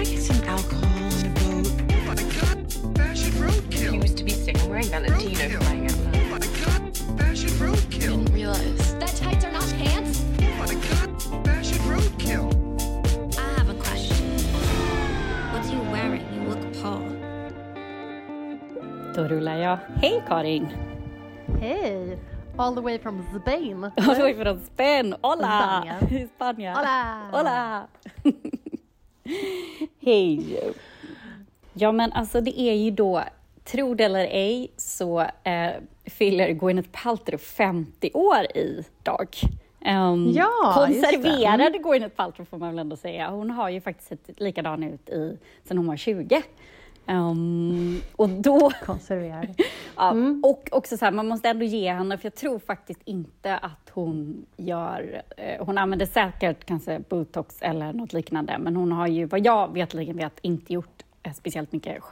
I get some alcohol and a boat? Oh my God, fashion roadkill. He was to be sick. I'm wearing Valentino flying out loud. Oh my God, fashion roadkill. Didn't realize. That tights are not pants? Oh my God, fashion roadkill. I have a question. What are you wearing? You look Paul. Då rullar jag. Hej Karin! Hej! All the way from Spain. All the way from Spain. Hola! Spanien. Hola! Hola! Hej! Ja men alltså det är ju då, tro det eller ej, så fyller Gwyneth Paltrow 50 år idag. Konserverade Gwyneth Paltrow får man väl ändå säga. Hon har ju faktiskt sett likadan ut sen hon var 20. Och då konserverad. Ja, och också så här, man måste ändå ge henne, för jag tror faktiskt inte att hon använder säkert kanske botox eller något liknande, men hon har ju, vad jag vet inte gjort speciellt mycket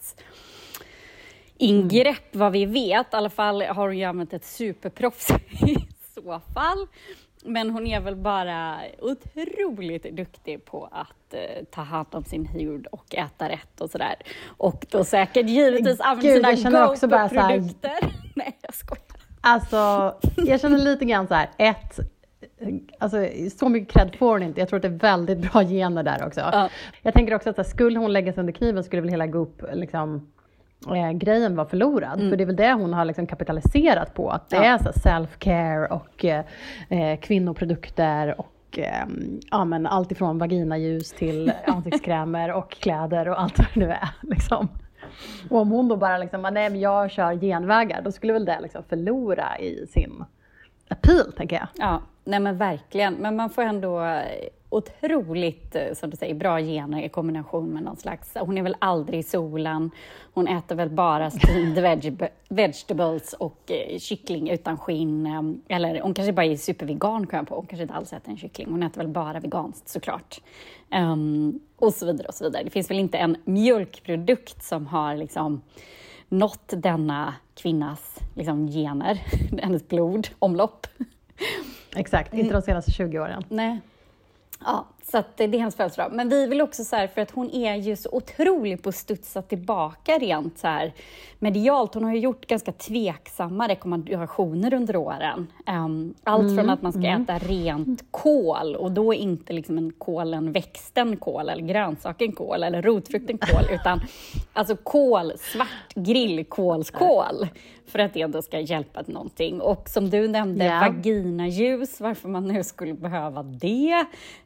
skönhetsingrepp, vad vi vet. I alla fall har hon ju använt ett superproffs i så fall. Men hon är väl bara otroligt duktig på att ta hand om sin hud och äta rätt och sådär. Och då säkert givetvis använda sina GoPro-produkter. Nej, jag skojar. Alltså, jag känner lite grann så här. Alltså, så mycket cred får hon inte. Jag tror att det är väldigt bra gener där också. Ja. Jag tänker också att skulle hon lägga sig under kniven skulle väl hela Goop liksom... grejen var förlorad. För det är väl det hon har liksom kapitaliserat på. Att det är så self-care och kvinnoprodukter och men allt ifrån vaginaljus till ansiktskrämer och kläder och allt vad det nu är. Liksom. Och om hon då bara liksom, nej men jag kör genvägar, då skulle väl det liksom förlora i sin appeal, tänker jag. Ja, nej men verkligen. Men man får ändå otroligt, som du säger, bra gener i kombination med någon slags, hon är väl aldrig i solen, hon äter väl bara steamed vegetables och kyckling utan skinn, eller hon kanske bara är supervegan, kan jag på, hon kanske inte alls äter en kyckling, hon äter väl bara veganskt såklart, och så vidare och så vidare. Det finns väl inte en mjölkprodukt som har liksom nått denna kvinnas liksom gener, hennes blodomlopp. Exakt, inte de senaste 20 åren. Nej. Ja, så att det är hennes födelsedag. Men vi vill också så här, för att hon är ju så otrolig på att studsa tillbaka rent så här medialt. Hon har ju gjort ganska tveksamma rekommendationer under åren. Allt från att man ska äta rent kål, och då inte liksom en växten kål eller grönsaken kål eller rotfrukten kål, utan alltså kål, svart grillkålskål, för att det då ska hjälpa till någonting. Och som du nämnde, vaginaljus, varför man nu skulle behöva det.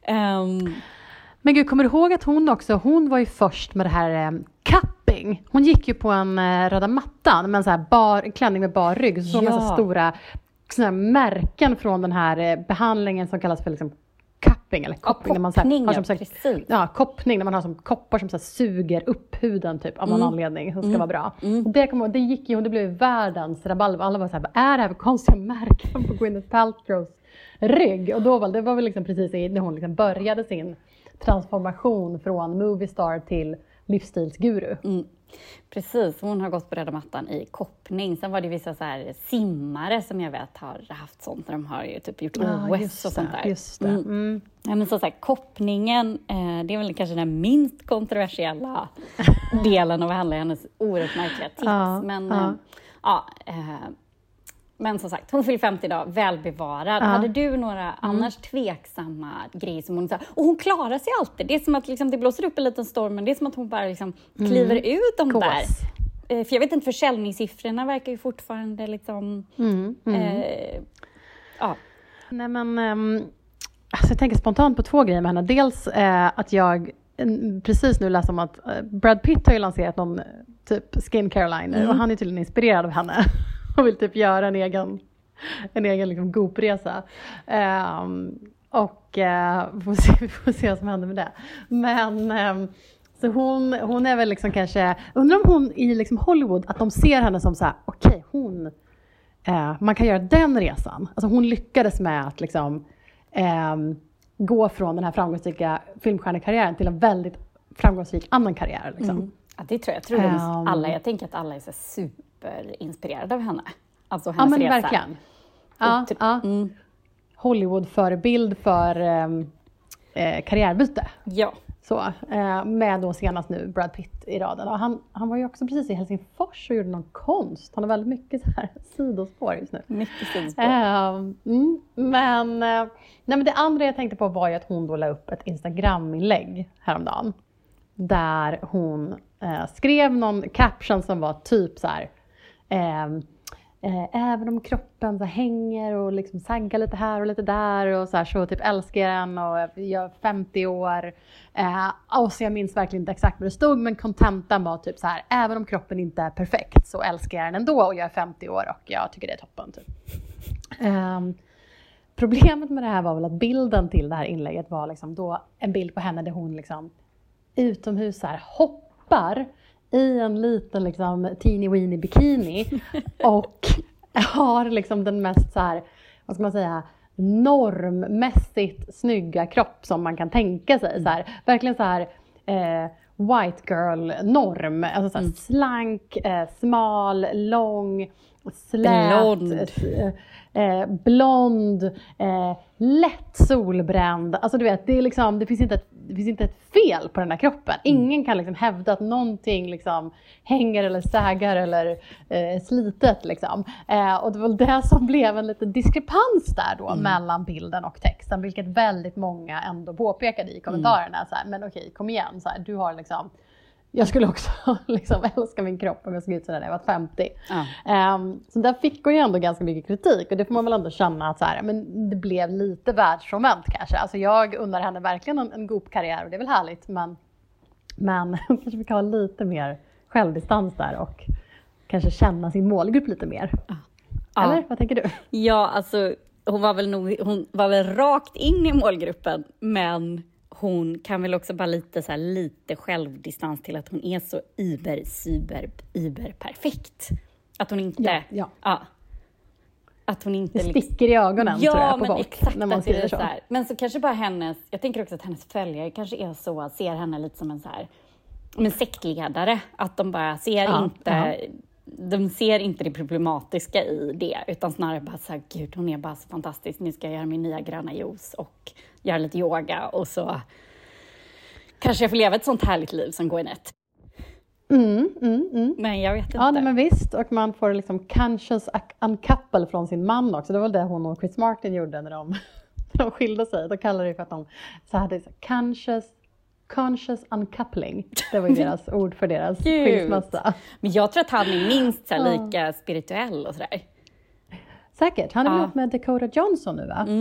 Men gud, kommer du ihåg att hon var ju först med det här cupping. Hon gick ju på en röda mattan med en så här klänning med bar rygg. Så såg så stora såna märken från den här behandlingen som kallas för liksom cupping eller koppning. När man så här, har som sagt, koppning, när man har som koppar som så här suger upp huden typ av någon anledning som ska vara bra. Och det gick ju, det blev världens rabalder. Alla var så här, vad är det här för konstiga märken på Gwyneth Paltrows rygg? Och då det var väl liksom precis när hon liksom började sin transformation från movie star till livsstilsguru. Precis, hon har gått på röda mattan i koppning. Sen var det vissa så här simmare som jag vet har haft sånt. De har ju typ gjort OS och sånt där. Just det. Ja, men så här, koppningen, det är väl kanske den minst kontroversiella delen av att handla hennes oerhört märkliga tips. Men som sagt, hon fyller 50 idag, välbevarad. Hade du några annars tveksamma grejer som hon sa? Och hon klarar sig alltid. Det är som att liksom, det blåser upp en liten storm, men det är som att hon bara liksom, kliver ut de där. För jag vet inte, försäljningssiffrorna verkar ju fortfarande liksom... Nej men, alltså jag tänker spontant på 2 grejer med henne. Dels att jag precis nu läser om att Brad Pitt har ju lanserat någon typ skincare liner. Och han är tydligen inspirerad av henne. Och vill typ göra en egen liksom Goop-resa. Vi får se vad som händer med det. Men så hon är väl liksom kanske, undrar om hon i liksom Hollywood, att de ser henne som så här, okej, man kan göra den resan. Alltså hon lyckades med att liksom gå från den här framgångsrika filmstjärnekarriären till en väldigt framgångsrik annan karriär liksom. Ja, det tror jag. Alla, jag tänker att alla är så superinspirerade av henne. Alltså hennes resa. Verkligen. Hollywood-förebild för karriärbyte. Ja. Så, med då senast nu Brad Pitt i raden. Och han var ju också precis i Helsingfors och gjorde någon konst. Han har väldigt mycket så här sidospår just nu. Mycket sidospår. Men det andra jag tänkte på var ju att hon då la upp ett Instagram-inlägg häromdagen. Där hon skrev någon caption som var typ så här... även om kroppen så hänger och liksom saggar lite här och lite där och så typ älskar den och jag är 50 år. Och så jag minns verkligen inte exakt vad det stod, men kontentan var typ så här: även om kroppen inte är perfekt så älskar jag den ändå och jag är 50 år och jag tycker det är toppen typ. Problemet med det här var väl att bilden till det här inlägget var liksom då en bild på henne där hon liksom utomhus så här hoppar i en liten liksom teeny weeny bikini och har liksom den mest så här, vad ska man säga, normmässigt snygga kropp som man kan tänka sig. Så här, verkligen så här white girl norm, alltså så här, slank, smal, lång, slät, blond, lätt solbränd. Alltså du vet, det är liksom, det finns inte ett fel på den här kroppen. Ingen kan liksom hävda att någonting liksom hänger eller sägar eller slitet liksom. Och det var det som blev en liten diskrepans där då mellan bilden och texten, vilket väldigt många ändå påpekade i kommentarerna. Så här, men okej, kom igen, så här, du har liksom... Jag skulle också liksom älska min kropp om jag såg ut sådär när jag var 50. Så där fick hon ju ändå ganska mycket kritik. Och det får man väl ändå känna att så här, men det blev lite världsfrånvänt kanske. Alltså jag undrar henne verkligen en god karriär och det är väl härligt. Men kanske vi kan ha lite mer självdistans där och kanske känna sin målgrupp lite mer. Eller vad tänker du? Ja, alltså hon var väl rakt in i målgruppen, men... Hon kan väl också bara lite självdistans till att hon är så iber perfekt. Att hon inte... Ja. Att hon inte... Det sticker i ögonen tror jag på folk. Exakt, när man skriver så. Men så kanske bara hennes... Jag tänker också att hennes följare kanske är så... Ser henne lite som en sektledare. Att de bara ser inte... De ser inte det problematiska i det, utan snarare bara så här, gud, hon är bara så fantastisk. Nu ska jag göra min nya gröna juice och göra lite yoga och så kanske jag får leva ett sånt härligt liv som går i nät. Men jag vet inte. Ja, men visst. Och man får liksom conscious uncouple från sin man också. Det var det hon och Chris Martin gjorde när de skilde sig. Då kallade det för att de så hade conscious uncoupling. Det var ju deras ord för deras skilsmässa. Men jag tror att han är minst så lika spirituell och sådär. Säkert. Han är ihop med Dakota Johnson nu, va?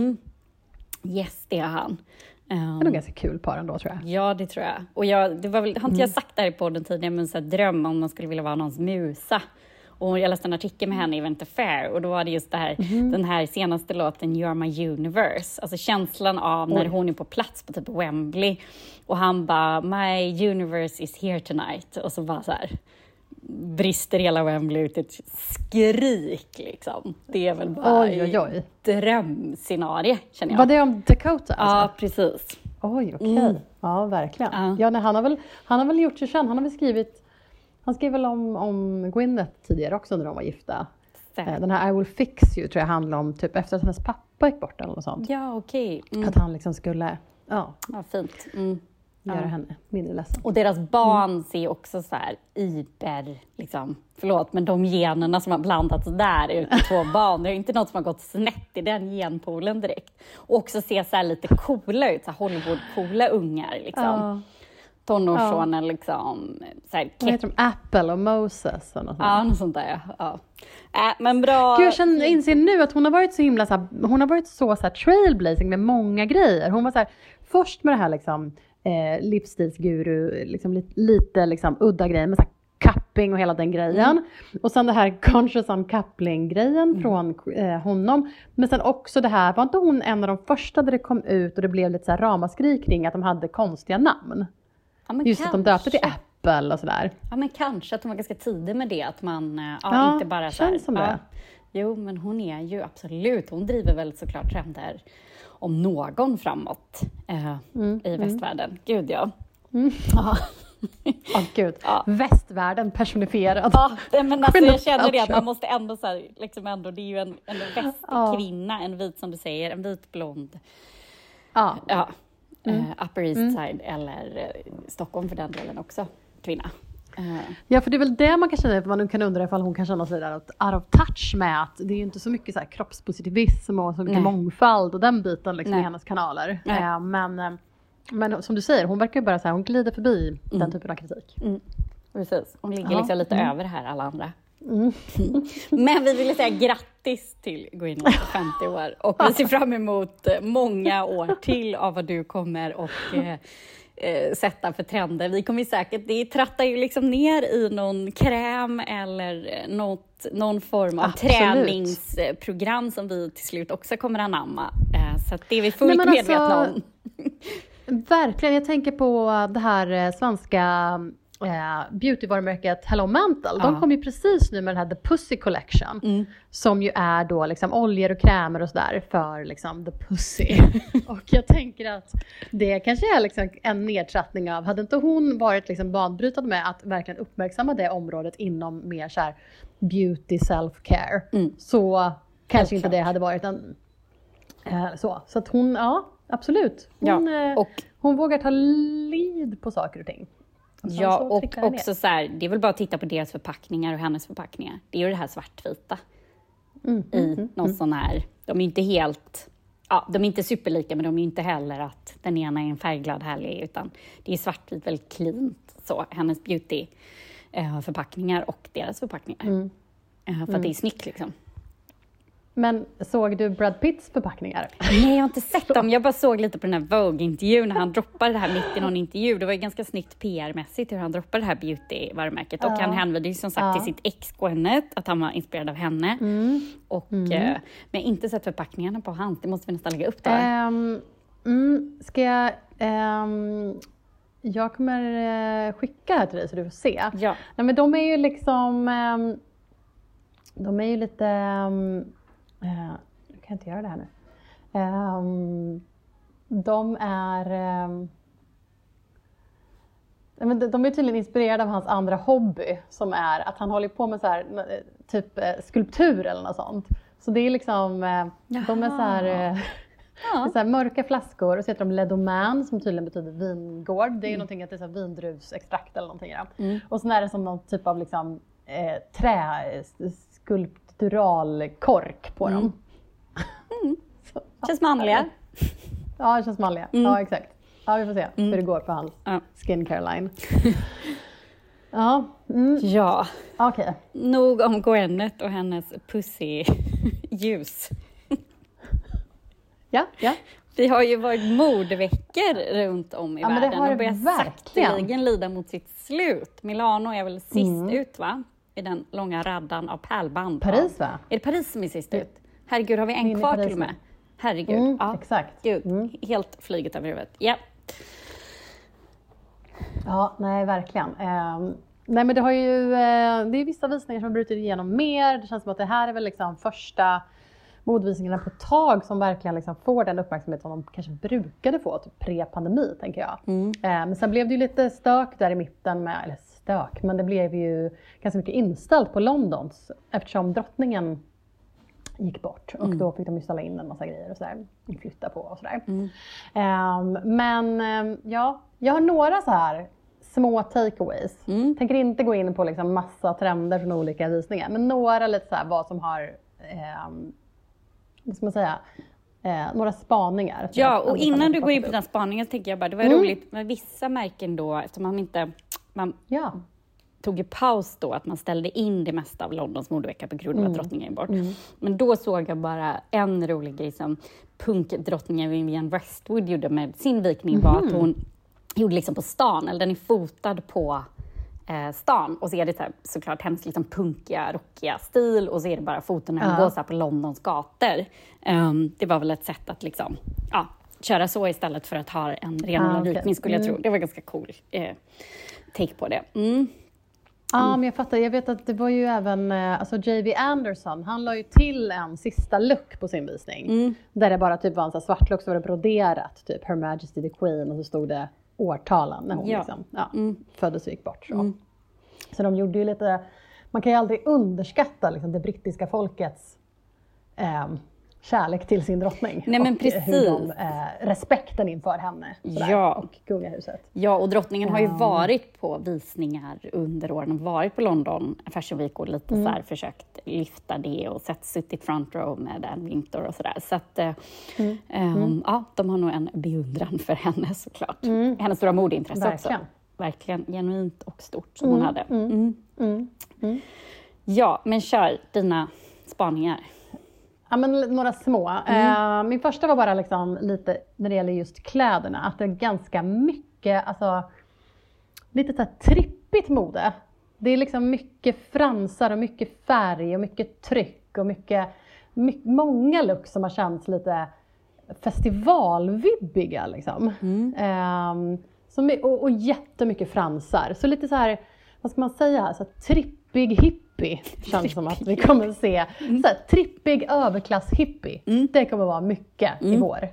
Yes, det är han. Det är nog ganska kul par ändå, tror jag. Ja, det tror jag. Och det var väl, har inte jag sagt det här i podden tidigare, men så här, dröm om man skulle vilja vara någons musa. Och jag läste en artikel med henne i Event Affair. Och då var det just det här, den här senaste låten You Are My Universe. Alltså känslan av när hon är på plats på typ Wembley. Och han bara, My universe is here tonight. Och så bara så här, brister hela Wembley ut ett skrik liksom. Det är väl bara ett drömscenario, känner jag. Var det om Dakota? Alltså? Ja, precis. Okej. Ja, verkligen. Ja, han har väl gjort sig känd. Han har väl skrivit... Han skrev väl om Gwyneth tidigare också när de var gifta. Den här I Will Fix You tror jag handlar om typ efter att hennes pappa gick bort eller något sånt. Ja, okej. Att han liksom skulle fint. Göra henne mindre ledsen. Och deras barn ser också så här liksom, förlåt, men de generna som har blandats där ut i 2 barn, det är inte något som har gått snett i den genpoolen direkt. Och också ser så här lite coola ut, så här Hollywood-coola ungar liksom. Tonårssonen liksom. Så här, vad heter de? Apple och Moses och något sånt. Ja, något sånt där. Ja. Men bra. Gud, jag inser nu att hon har varit så himla så här, hon har varit så här trailblazing med många grejer. Hon var så här, först med det här liksom livsstilsguru, liksom lite liksom udda grejer med så här cupping och hela den grejen. Och sen det här conscious uncoupling-grejen från honom. Men sen också det här, var inte hon en av de första där det kom ut och det blev lite så här ramaskri kring att de hade konstiga namn? Ja, just kanske. Att de döpte till Apple och sådär. Ja, men kanske att de var ganska tidig med det. Att man inte bara så här. Känns som det. Jo, men hon är ju absolut. Hon driver väl såklart trender om någon framåt i västvärlden. Gud, ja. Gud. Västvärlden personifierad. Ja, men alltså, jag känner det att man måste ändå så här, liksom ändå, det är ju en västkvinna, en vit som du säger, en vit blond. Upper East Side eller Stockholm för den delen också, kvinna. Ja, för det är väl det man kan känna, för man kan undra ifall hon kan känna sig där out of touch med att det är ju inte så mycket så här kroppspositivism och så mycket mångfald och den biten liksom i hennes kanaler. Men som du säger, hon verkar ju bara så här, hon glider förbi den typen av kritik. Precis, hon ligger liksom lite över här alla andra. Men vi vill säga grattis till Gwyneth 50 år och vi ser fram emot många år till av vad du kommer och sätta för trender. Vi kommer säkert, det trattar ju liksom ner i någon kräm eller någon form av träningsprogram som vi till slut också kommer anamma. Så att det är vi fullt medvetna om. Verkligen, jag tänker på det här svenska beautyvarumärket Hello Mental. De kom ju precis nu med den här The Pussy Collection som ju är då liksom oljor och krämer och sådär för liksom the pussy. Och jag tänker att det kanske är liksom en nedtrappning av, hade inte hon varit liksom banbrytande med att verkligen uppmärksamma det området inom mer så här beauty self-care så kanske inte det hade varit en så att hon, absolut hon vågar ta lead på saker och ting. Ja, och också så här, det är väl bara att titta på deras förpackningar och hennes förpackningar. Det är ju det här svartvita i någon sån här, de är inte helt, de är inte superlika men de är inte heller att den ena är en färgglad härlig utan det är svartvit väldigt cleant så, hennes beauty förpackningar och deras förpackningar. För att det är snyggt liksom. Men såg du Brad Pitts förpackningar? Nej, jag har inte sett dem. Jag bara såg lite på den här Vogue-intervjun när han droppade det här mitt i någon intervju. Det var ju ganska snyggt PR-mässigt hur han droppade det här beauty-varumärket. Och han hänvisade ju som sagt till sitt ex Gwyneth, att han var inspirerad av henne. Men inte sett förpackningarna på hans. Det måste vi nästan lägga upp där. Ska jag... jag kommer skicka här till dig så du får se. Ja. Nej, men de är ju liksom... de är ju lite... jag kan inte göra det här nu. De är tydligen inspirerade av hans andra hobby som är att han håller på med så här, typ skulptur eller något sånt. Så det är liksom, de är så här, det är så här mörka flaskor och så heter de Le Domaine som tydligen betyder vingård. Det är ju någonting att det är så här vindruvsextrakt eller någonting. Ja. Och så är det som någon typ av liksom, träskulptural kork på dem. Känns manliga. Ja, det känns manliga. Ja, exakt. Ja, vi får se hur det går på hans skincare line. Ja. Okej. Nog om Gwyneth och hennes pussy-ljus. Ja. Det har ju varit mordveckor runt om i världen. Det har och börjar sakteligen lida mot sitt slut. Milano är väl sist ut, va? I den långa raddan av pärlband. Paris, va? Är det Paris som är sist ut? Herregud, har vi en kvar till och med? Herregud. Exakt. Gud, helt flyget över huvudet. Ja. Ja, nej, verkligen. Nej, men det har ju... det är vissa visningar som har brutit igenom mer. Det känns som att det här är väl liksom första modvisningarna på ett tag som verkligen liksom får den uppmärksamhet som de kanske brukade få typ pre-pandemi, tänker jag. Men sen blev det ju lite stök där i mitten med... Eller stök, men det blev ju ganska mycket inställt på Londons eftersom drottningen gick bort och då fick de ju ställa in en massa grejer och sådär, flytta på och sådär. Men ja, jag har några så här små takeaways. Tänker inte gå in på liksom massa trender från olika visningar, men några lite så här vad som har vad ska man säga, några spaningar. Ja, och innan du går in på den spaningen tänker jag bara, det var roligt med vissa märken då, eftersom man tog ju paus då, att man ställde in det mesta av Londons modevecka på grund av att drottningen är bort. Men då såg jag bara en rolig grej som punkdrottningen Vivienne Westwood gjorde med sin vikning var att hon gjorde liksom på stan, eller den är fotad på stan, och så är det såklart hennes liksom punkiga, rockiga stil, och så är det bara foten när hon går så här på Londons gator. Det var väl ett sätt att liksom, köra så istället för att ha en renodlad vikning, skulle jag tro. Det var ganska cool take på det. Ja, men jag fattar. Jag vet att det var ju även, alltså J.V. Anderson, han la ju till en sista look på sin visning. Där det bara typ var en så svart look, så var det broderat, typ Her Majesty the Queen, och så stod det årtalen när hon liksom, föddes och gick bort. Så de gjorde ju lite, man kan ju aldrig underskatta liksom det brittiska folkets kärlek till sin drottning. Nej, men och precis. hur de, respekten inför henne sådär, Ja. och kungahuset. Ja, och drottningen har ju varit på visningar under åren, varit på London Fashion Week och lite så här försökt lyfta det och suttit front row med Dan Winter och sådär. Så att, ja, de har nog en beundran för henne såklart. Hennes stora modeintresse också. Verkligen genuint och stort som hon hade. Ja, men kör dina spaningar. Ja, men några små. Min första var bara liksom lite när det gäller just kläderna. Att det är ganska mycket, alltså lite så här trippigt mode. Det är liksom mycket fransar och mycket färg och mycket tryck och många looks som har känts lite festivalvibbiga liksom. Och jättemycket fransar. Så lite så här, vad ska man säga, så trippig hippie känns som att vi kommer att se. Så här, trippig överklass hippie. Det kommer vara mycket i vår.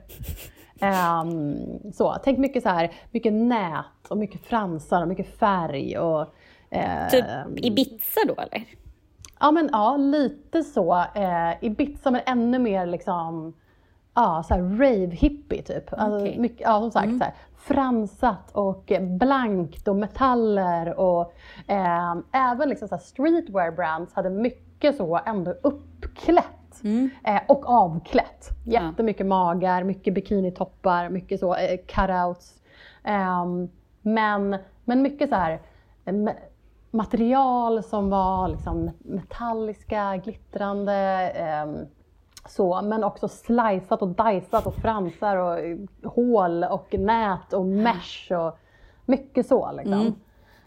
Så tänk mycket så här, mycket nät och mycket fransar och mycket färg och typ Ibiza då eller? Ja, men ja, lite så. Ibiza, men ännu mer liksom, ja, så här rave-hippie typ. Alltså, mycket, ja, som sagt, så här, fransat och blankt och metaller och även liksom så här streetwear brands hade mycket så ändå uppklätt och avklätt. Jättemycket magar, mycket bikinitoppar, mycket så cutouts. Men mycket så här material som var liksom metalliska, glittrande, så, men också sliceat och diceat och fransar och hål och nät och mesh och mycket så liksom.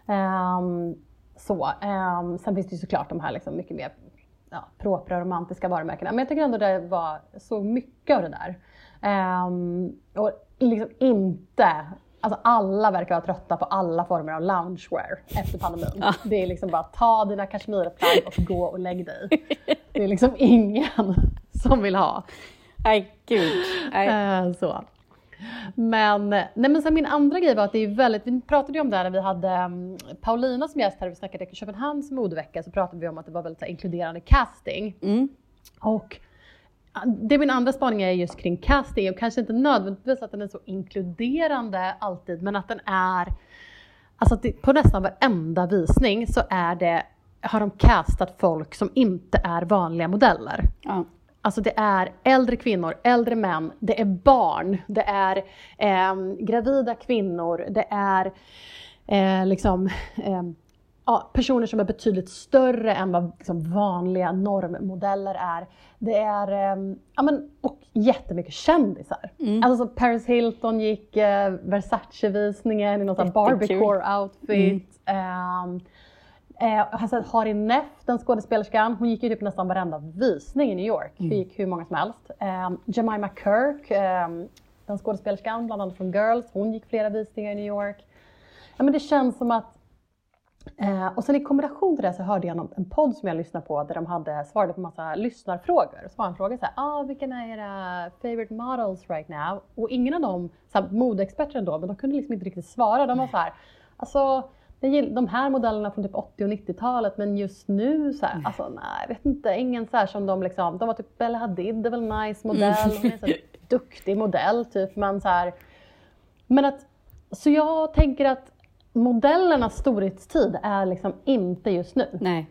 Sen finns det ju såklart de här liksom mycket mer propra romantiska varumärkena, men jag tycker ändå det var så mycket av det där. Och liksom inte, alltså alla verkar vara trötta på alla former av loungewear efter pandemin. Det är liksom bara ta dina kashmirplagg och gå och lägg dig. Det är liksom ingen som vill ha. Nej, gud. Så. Men sen min andra grej var att det är väldigt, vi pratade ju om det när vi hade Paulina som gäst här, vi snackade i Köpenhamns modevecka, så pratade vi om att det var väldigt så här, inkluderande casting. Och det min andra spaning är just kring casting, och kanske inte nödvändigtvis att den är så inkluderande alltid, men att den är, alltså att på nästan varenda visning så har de castat folk som inte är vanliga modeller. Alltså det är äldre kvinnor, äldre män, det är barn, det är gravida kvinnor, det är personer som är betydligt större än vad liksom vanliga normmodeller är. Det är och jättemycket kändisar. Alltså så Paris Hilton gick Versace-visningen i någon sån Barbiecore-outfit. Jag har sett Harin Neff, den skådespelerskan. Hon gick ju typ nästan varenda visning i New York. Det gick hur många som helst. Jemima Kirk, den skådespelerskan, bland annat från Girls. Hon gick flera visningar i New York. Ja, men det känns som att... och sen i kombination till det så hörde jag en podd som jag lyssnade på, där de svarade på massa lyssnarfrågor. Så var en fråga så här, vilken är era favorite models right now? Och ingen av dem, modeexperter då, men de kunde liksom inte riktigt svara. De var så här, alltså... De här modellerna från typ 80- och 90-talet, men just nu så här, alltså nej, jag vet inte, ingen så här som de liksom, de var typ Bella Hadid, det är väl nice modell, hon är så duktig modell typ, men så här, så jag tänker att modellernas storhetstid är liksom inte just nu. Nej.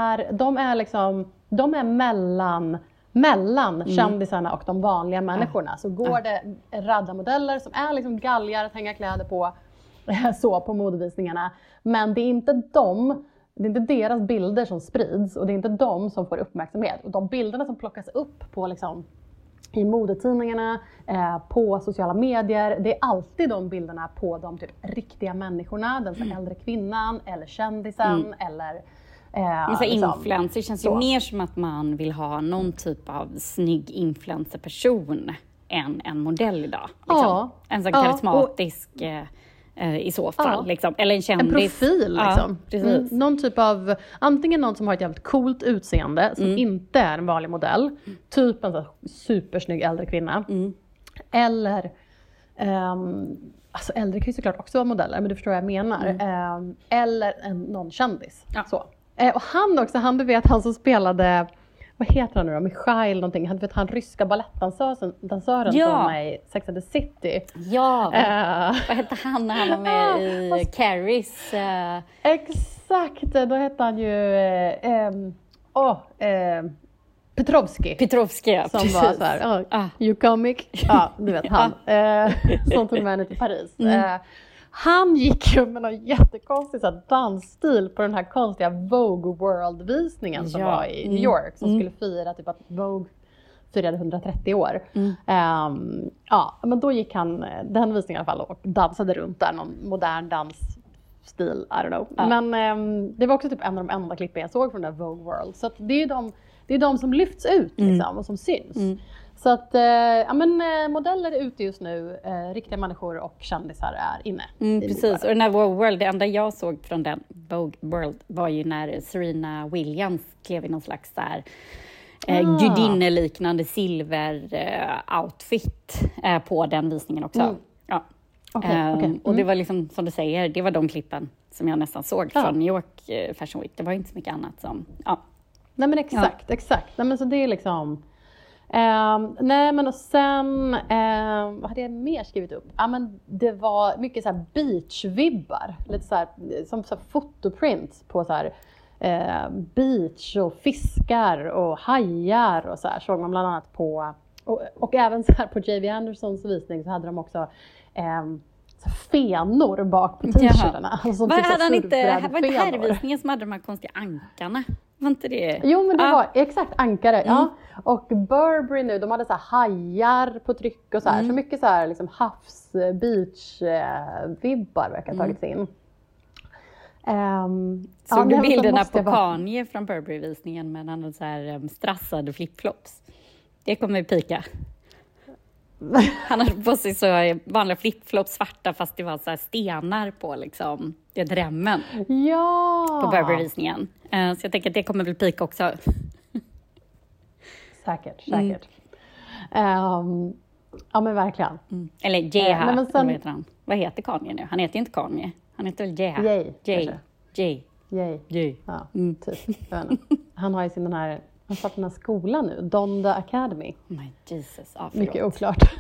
De är mellan kändisarna och de vanliga människorna, så går det radda modeller som är liksom galgar att hänga kläder på modevisningarna. Men det är inte deras bilder som sprids, och det är inte de som får uppmärksamhet. Och de bilderna som plockas upp på liksom, i modetidningarna, på sociala medier, det är alltid de bilderna på de typ riktiga människorna, den äldre kvinnan eller kändisen eller influencer känns ju mer som att man vill ha någon typ av snygg influencerperson än en modell idag. Liksom. En sån karismatisk i så fall. Liksom. Eller en kändis. En profil liksom. Precis. Någon typ av, antingen någon som har ett jävligt coolt utseende som inte är en vanlig modell. Typ en så supersnygg äldre kvinna. Eller alltså äldre kan ju såklart också vara modeller, men du förstår vad jag menar. Eller någon kändis. Så. Och han som spelade vad heter han nu då? Mikhail någonting. Han vet han ryska balettdansören som var i Sex and the City. Ja, vad hette han när han var med i Carries? Exakt, då hette han ju Petrovski. Petrovski, ja, som precis. var så här, you comic. Ja, du vet han. Som tog med henne till Paris. Han gick ju med någon jättekonstig så här, dansstil på den här konstiga Vogue World-visningen som var i New York. Som skulle fira typ att Vogue firade 130 år. Men då gick han den visningen i alla fall och dansade runt där. Någon modern dansstil, I don't know. Men det var också typ en av de enda klippen jag såg från den där Vogue World. Så att det är de som lyfts ut liksom, och som syns. Så att modeller är ute just nu, riktiga människor och kändisar är inne. Precis, och den här Vogue World, det enda jag såg från den Vogue World var ju när Serena Williams klev i någon slags där gudinneliknande silver-outfit på den visningen också. Ja. Okay. Och det var liksom, som du säger, det var de klippen som jag nästan såg från New York Fashion Week. Det var inte så mycket annat som... Nej men exakt. Nej men så det är liksom... nej men och sen vad hade jag mer skrivit upp? Ja men det var mycket så här beach-vibbar, lite så här, som så här fotoprints på så här beach och fiskar och hajar och så här, såg man bland annat på och även så här på J.V. Andersons visning så hade de också så fenor bak på t-shirtarna. Alltså, var inte här visningen som hade de här konstiga ankarna? Var inte det? Jo, men det var exakt ankare. Ja. Och Burberry nu, de hade så här hajar på tryck och så här. Så mycket så här liksom havs-beach-vibbar verkar ha tagits in. Såg du bilderna på Kanye från Burberry-visningen med han så här strassade flipflops? Det kommer pika. Han hade på sig så vanliga flipflops svarta fast det var så här stenar på liksom remmen. Ja. På Burberry-visningen. Så jag tänker att det kommer väl pika också. Säkert. Ja men verkligen. Eller Jeha, vad heter han? Vad heter Kanye nu? Han heter ju inte Kanye. Han heter väl Jeha? Jay. Ja, typ. Han har ju sin den här... Han satt i den här skolan nu, Donda Academy. My Jesus, mycket oklart.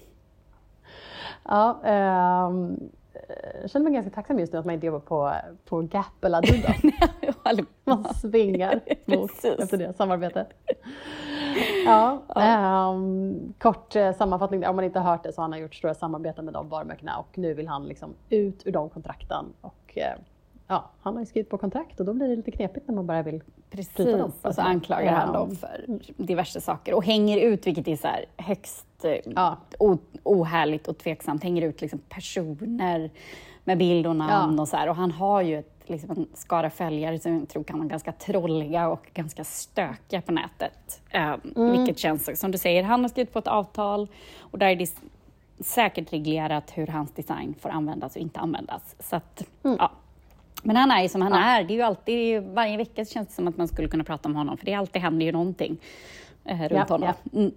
Ja, jag känner mig ganska tacksam just nu att man inte jobbar på Gap eller Adidas. Man svingar mot efter det samarbetet. Ja, kort sammanfattning. Om man inte har hört det så har han gjort stora samarbeten med de varumärkena och nu vill han liksom ut ur de kontrakten och han har ju skrivit på kontrakt och då blir det lite knepigt när man bara vill bryta dem. Och så anklagar han dem för diverse saker och hänger ut, vilket är så här högst ohärligt och tveksamt, hänger ut liksom personer med bild och namn och så här. Och han har ju en skara följare som jag tror kan vara ganska trolliga och ganska stökiga på nätet. Vilket känns, som du säger, han har skrivit på ett avtal och där är det säkert reglerat hur hans design får användas och inte användas. Så att, Men han är ju som han är. Det är ju alltid, varje vecka känns det som att man skulle kunna prata om honom. För det alltid händer ju någonting runt honom.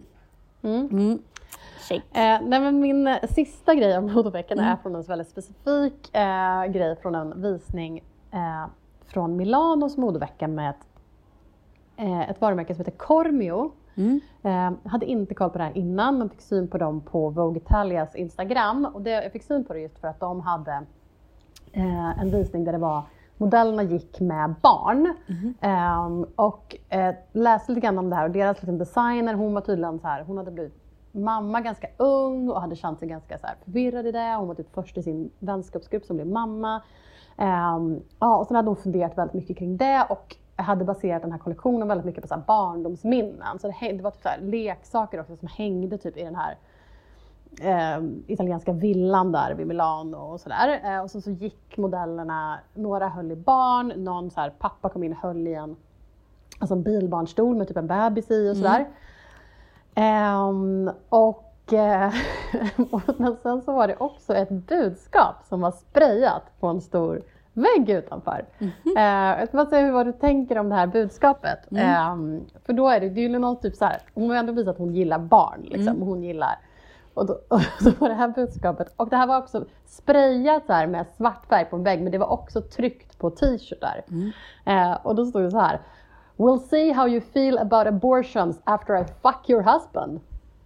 Nej, men min sista grej om modeveckan är från en väldigt specifik grej från en visning från Milanos modevecka med ett varumärke som heter Cormio. Hade inte koll på det här innan, men fick syn på dem på Vogue Italias Instagram. Och jag fick syn på det just för att de hade en visning där det var modellerna gick med barn och läste lite grann om det här och deras liksom, designer, hon var tydligen så här, hon hade blivit mamma ganska ung och hade känt sig ganska så här förvirrad i det. Hon var typ först i sin vänskapsgrupp som blev mamma. Och sen hade hon funderat väldigt mycket kring det och hade baserat den här kollektionen väldigt mycket på så här barndomsminnen. Så det var typ så här leksaker också som hängde typ i den här italienska villan där vid Milano och sådär. Och så gick modellerna, några höll i barn, någon så här pappa kom in och höll i en bilbarnstol med typ en bebis i och sådär. Men sen så var det också ett budskap som var sprayat på en stor vägg utanför. Jag ska bara säga vad du tänker om det här budskapet. För då är det ju någon typ så här, hon har ändå visat att hon gillar barn liksom, och hon gillar. Och då var det här budskapet. Och det här var också sprayat så här med svart färg på en vägg. Men det var också tryckt på t-shirtar. Och då stod det så här: We'll see how you feel about abortions after I fuck your husband.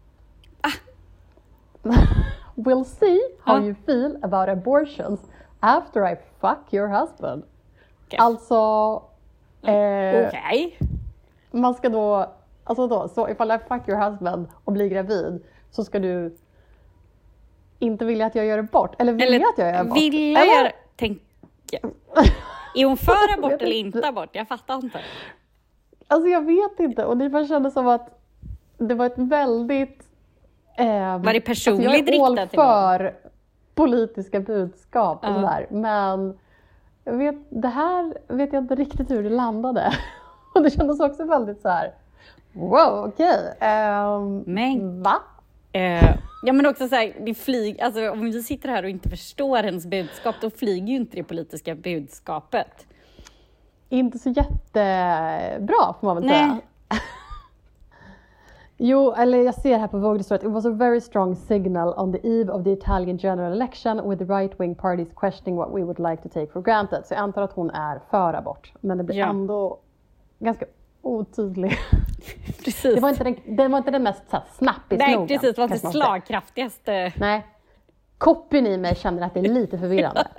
We'll see how you feel about abortions after I fuck your husband. Okay. Alltså... Okej. Man ska då... Alltså då, så ifall I fuck your husband och blir gravid så ska du inte vilja att jag gör abort. Eller vilja att jag gör abort. Vilja göra... Tänk... Är hon för abort eller inte abort? Jag fattar inte. Alltså jag vet inte. Och det bara kändes som att det var ett väldigt... Var det personligt alltså jag är riktat till någon? för politiska budskap och sådär. Men det här vet jag inte riktigt hur det landade. Och det kändes också väldigt så här. Wow, okej. Men va? Ja, men också så här, det flyg, alltså om vi sitter här och inte förstår hennes budskap, då flyger ju inte det politiska budskapet. Inte så jättebra får man väl säga. Jo, eller jag ser här på Vogue, det står att it was a very strong signal on the eve of the Italian general election with the right-wing parties questioning what we would like to take for granted. Så jag antar att hon är för abort. Men det blir ändå ganska otydlig. Precis. Det var inte den mest snappig slogan. Nej, precis. Det var inte slagkraftigaste. Nej. Copyn i mig känner att det är lite förvirrande.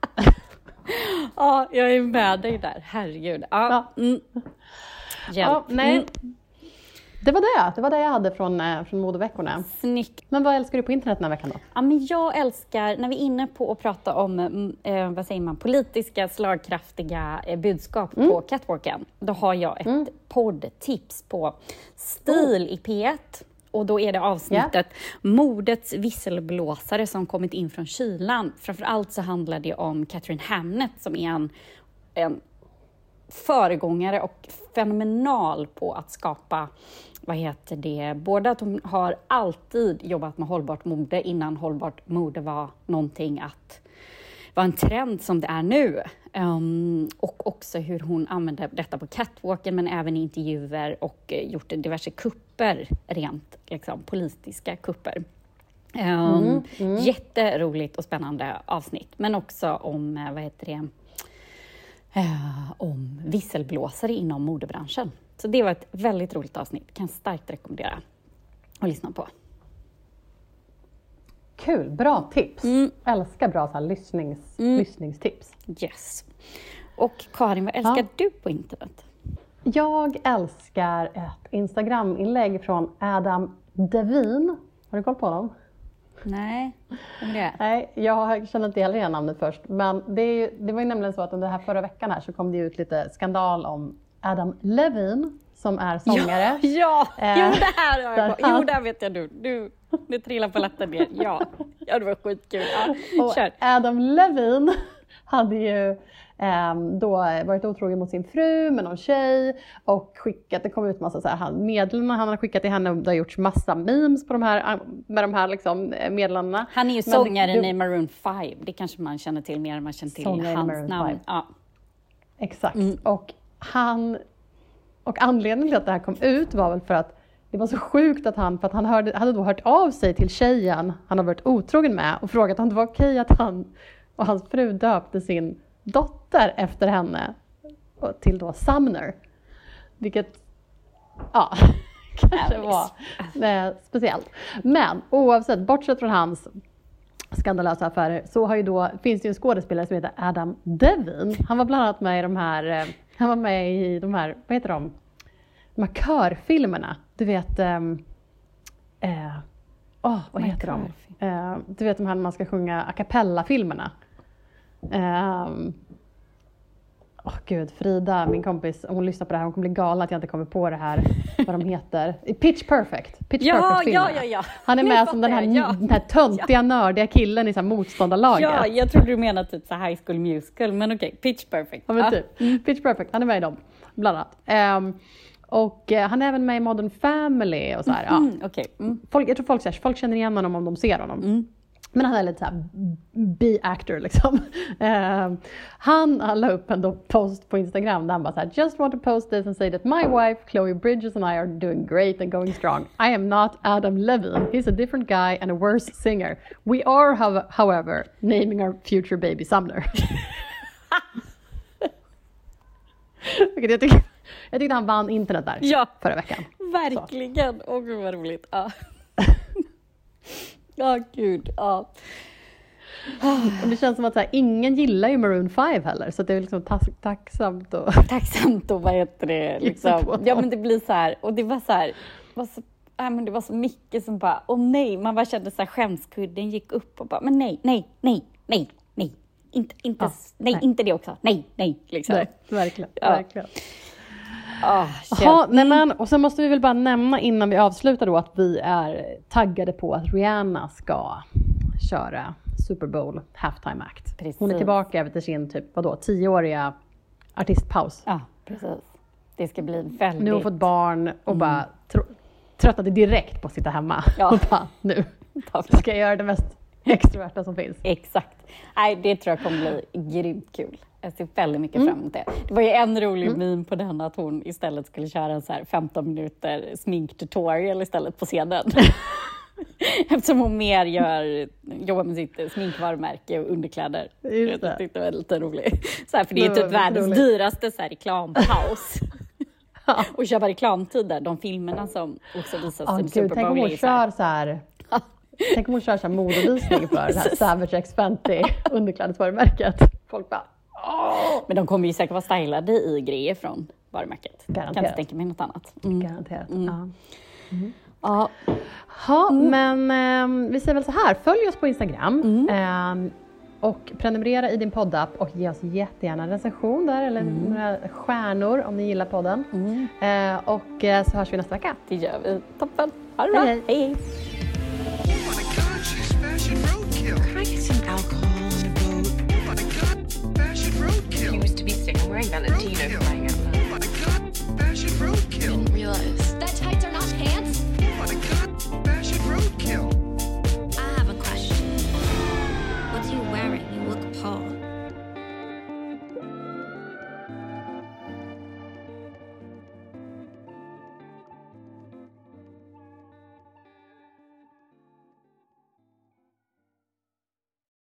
Ja, jag är med dig där. Herregud. Ja. Ja, nej. Det var det jag hade från modeveckorna. Snyggt. Men vad älskar du på internet den här veckan då? Ja, men jag älskar, när vi är inne på att prata om vad säger man, politiska slagkraftiga budskap på catwalken. Då har jag ett poddtips på Stil i P1. Och då är det avsnittet Modets visselblåsare som kommit in från kylan. Framförallt så handlar det om Catherine Hamnett som är en föregångare och fenomenal på att skapa, både att hon har alltid jobbat med hållbart mode innan hållbart mode var någonting att var en trend som det är nu. Och också hur hon använder detta på catwalken men även i intervjuer och gjort diverse kupper, rent liksom, politiska kupper. Jätteroligt och spännande avsnitt, men också om om visselblåsare inom modebranschen. Så det var ett väldigt roligt avsnitt. Kan starkt rekommendera att lyssna på. Kul, bra tips. Älskar bra så här lyssningstips. Yes. Och Karin, vad älskar du på internet? Jag älskar ett Instagram-inlägg från Adam Devine. Har du koll på honom? Nej, vem är det? Nej, jag känner inte heller igen namnet först. Men det var ju nämligen så att under den här förra veckan här så kom det ut lite skandal om Adam Levine som är sångare. Jo, det här har jag på. Jo, där vet jag du trillar på latten ner. Ja, det var skitkul. Ja, kör. Adam Levine hade ju då varit otrogen mot sin fru med någon tjej och det kom ut massa så här meddelanden han har skickat till henne och det har gjorts massa memes på med de här liksom meddelandena. Han är ju sångaren i Maroon 5. Det kanske man känner till mer än man känner till hans namn. Ja. Exakt. Och anledningen till att det här kom ut var väl för att det var så sjukt att han hade då hört av sig till tjejen han har varit otrogen med och frågat om det var okej att han och hans fru döpte sin dotter efter henne till då Sumner. Vilket kanske var speciellt. Men oavsett, bortsett från hans skandalösa affärer så har ju finns det ju en skådespelare som heter Adam Devine. Han var bland annat med i de här vad heter de? De här körfilmerna. Du vet vad heter de? Du vet de här man ska sjunga a cappella-filmerna. Gud, Frida, min kompis, hon lyssnar på det här, hon kommer bli galen att jag inte kommer på det här, vad de heter. Pitch Perfect. Ja. Han är med som den här töntiga, nördiga killen i så här motståndarlaget. Ja, jag tror du menar typ så High School Musical, men okej, Pitch Perfect. Ja, men typ. Pitch Perfect, han är med i dem, bland annat. Och han är även med i Modern Family och så här. Jag tror folk känner igen honom om de ser honom. Men han är lite såhär B-actor liksom. Han la upp en post på Instagram där han bara såhär: just want to post this and say that my wife Chloe Bridges and I are doing great and going strong. I am not Adam Levine. He's a different guy and a worse singer. We are however naming our future baby Sumner. Jag tyckte han vann internet där Ja. förra veckan. Verkligen. Åh gud vad roligt. Ja. Ja, gud. Ja. Och det känns som att så här, ingen gillar ju Maroon 5 heller. Så det är liksom tacksamt. Och Tacksamt och vad heter det? Liksom. Ja, men det blir så här. Och det var så här. Men det var så mycket som bara, nej. Man bara kände så här, skämskudden gick upp och bara, men nej. Inte, Ja, nej, inte det också. Nej, liksom. nej, verkligen. Ja. verkligen. Jaha, Nej, men, och så måste vi väl bara nämna innan vi avslutar då att vi är taggade på att Rihanna ska köra Super Bowl Halftime Act. Precis. Hon är tillbaka efter sin typ 10-åriga artistpaus. Ja, precis. Det ska bli väldigt... Nu har hon fått barn och bara tröttnade direkt på att sitta hemma. Ja. Och bara, nu ska jag göra det mest extroverta som finns. Exakt. Nej, det tror jag kommer bli grymt kul. Jag ser väldigt mycket fram emot det. Det var ju en rolig meme på den att hon istället skulle köra en så här 15 minuter sminktutorial istället på scenen. Eftersom hon mer jobbar med sitt sminkvarumärke och underkläder. Just det. Jag tyckte det var lite roligt. Så här, för det är Det typ var världens roligt. dyraste så här, reklampaus. Ja. Och köpa reklamtider, de filmerna som också visas i Gud, Super tänk om Bowl. hon är så här- kör så här. Tänk om hon kör så här modevisning för det här Savage X Fenty underklädesvarumärket. Folk bara, Men de kommer ju säkert vara stylade i grejer från varumärket. Garanterat. Kan inte tänka mig något annat. garanterat. Ja. Ja. Ja, men vi säger väl så här. Följ oss på Instagram. Och prenumerera i din poddapp och ge oss jättegärna en recension där eller några stjärnor om ni gillar podden. Och så hörs vi nästa vecka. Det gör vi. Toppen. Ha det bra. Hej, hej. Hej. Oh my God, she's fashion roadkill. Can I get some alcohol and a boat? Oh my God, fashion roadkill. He was to be sick. I'm wearing Valentino Roadkill. crying out loud. Oh my God, fashion roadkill. Didn't realize